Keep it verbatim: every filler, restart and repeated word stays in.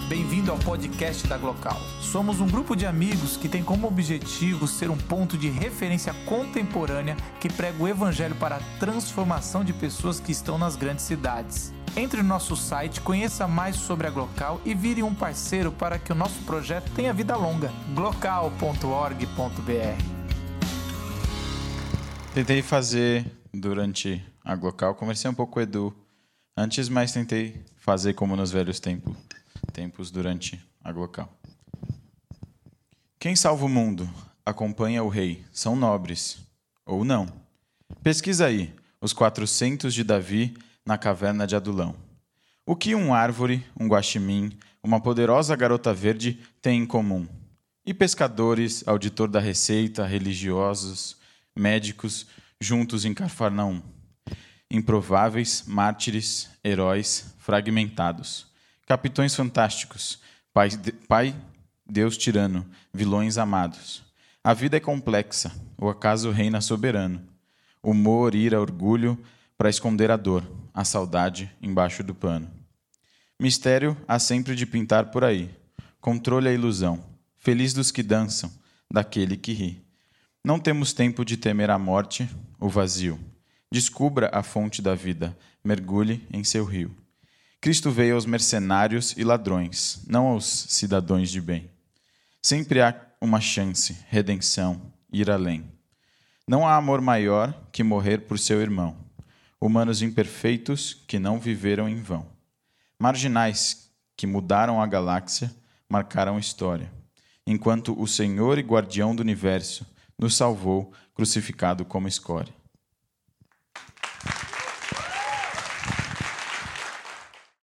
Bem-vindo ao podcast da Glocal. Somos um grupo de amigos que tem como objetivo ser um ponto de referência contemporânea que prega o evangelho para a transformação de pessoas que estão nas grandes cidades. Entre no nosso site, conheça mais sobre a Glocal e vire um parceiro para que o nosso projeto tenha vida longa. glocal ponto org ponto b r. Tentei fazer durante a Glocal, conversei um pouco com o Edu antes, mas tentei fazer como nos velhos tempos, tempos durante a Glocal. Quem salva o mundo? Acompanha o rei. São nobres. Ou não. Pesquisa aí, os quatrocentos de Davi na caverna de Adulão. O que um árvore, um guaxinim, uma poderosa garota verde têm em comum? E pescadores, auditor da receita, religiosos, médicos, juntos em Cafarnaum. Improváveis, mártires, heróis, fragmentados. Capitões fantásticos, pai, pai, Deus tirano, vilões amados. A vida é complexa, o acaso reina soberano. Humor, ira, orgulho, para esconder a dor, a saudade embaixo do pano. Mistério há sempre de pintar por aí. Controle a ilusão, feliz dos que dançam, daquele que ri. Não temos tempo de temer a morte, o vazio. Descubra a fonte da vida, mergulhe em seu rio. Cristo veio aos mercenários e ladrões, não aos cidadãos de bem. Sempre há uma chance, redenção, ir além. Não há amor maior que morrer por seu irmão. Humanos imperfeitos que não viveram em vão. Marginais que mudaram a galáxia, marcaram história. Enquanto o Senhor e guardião do universo nos salvou, crucificado como escória.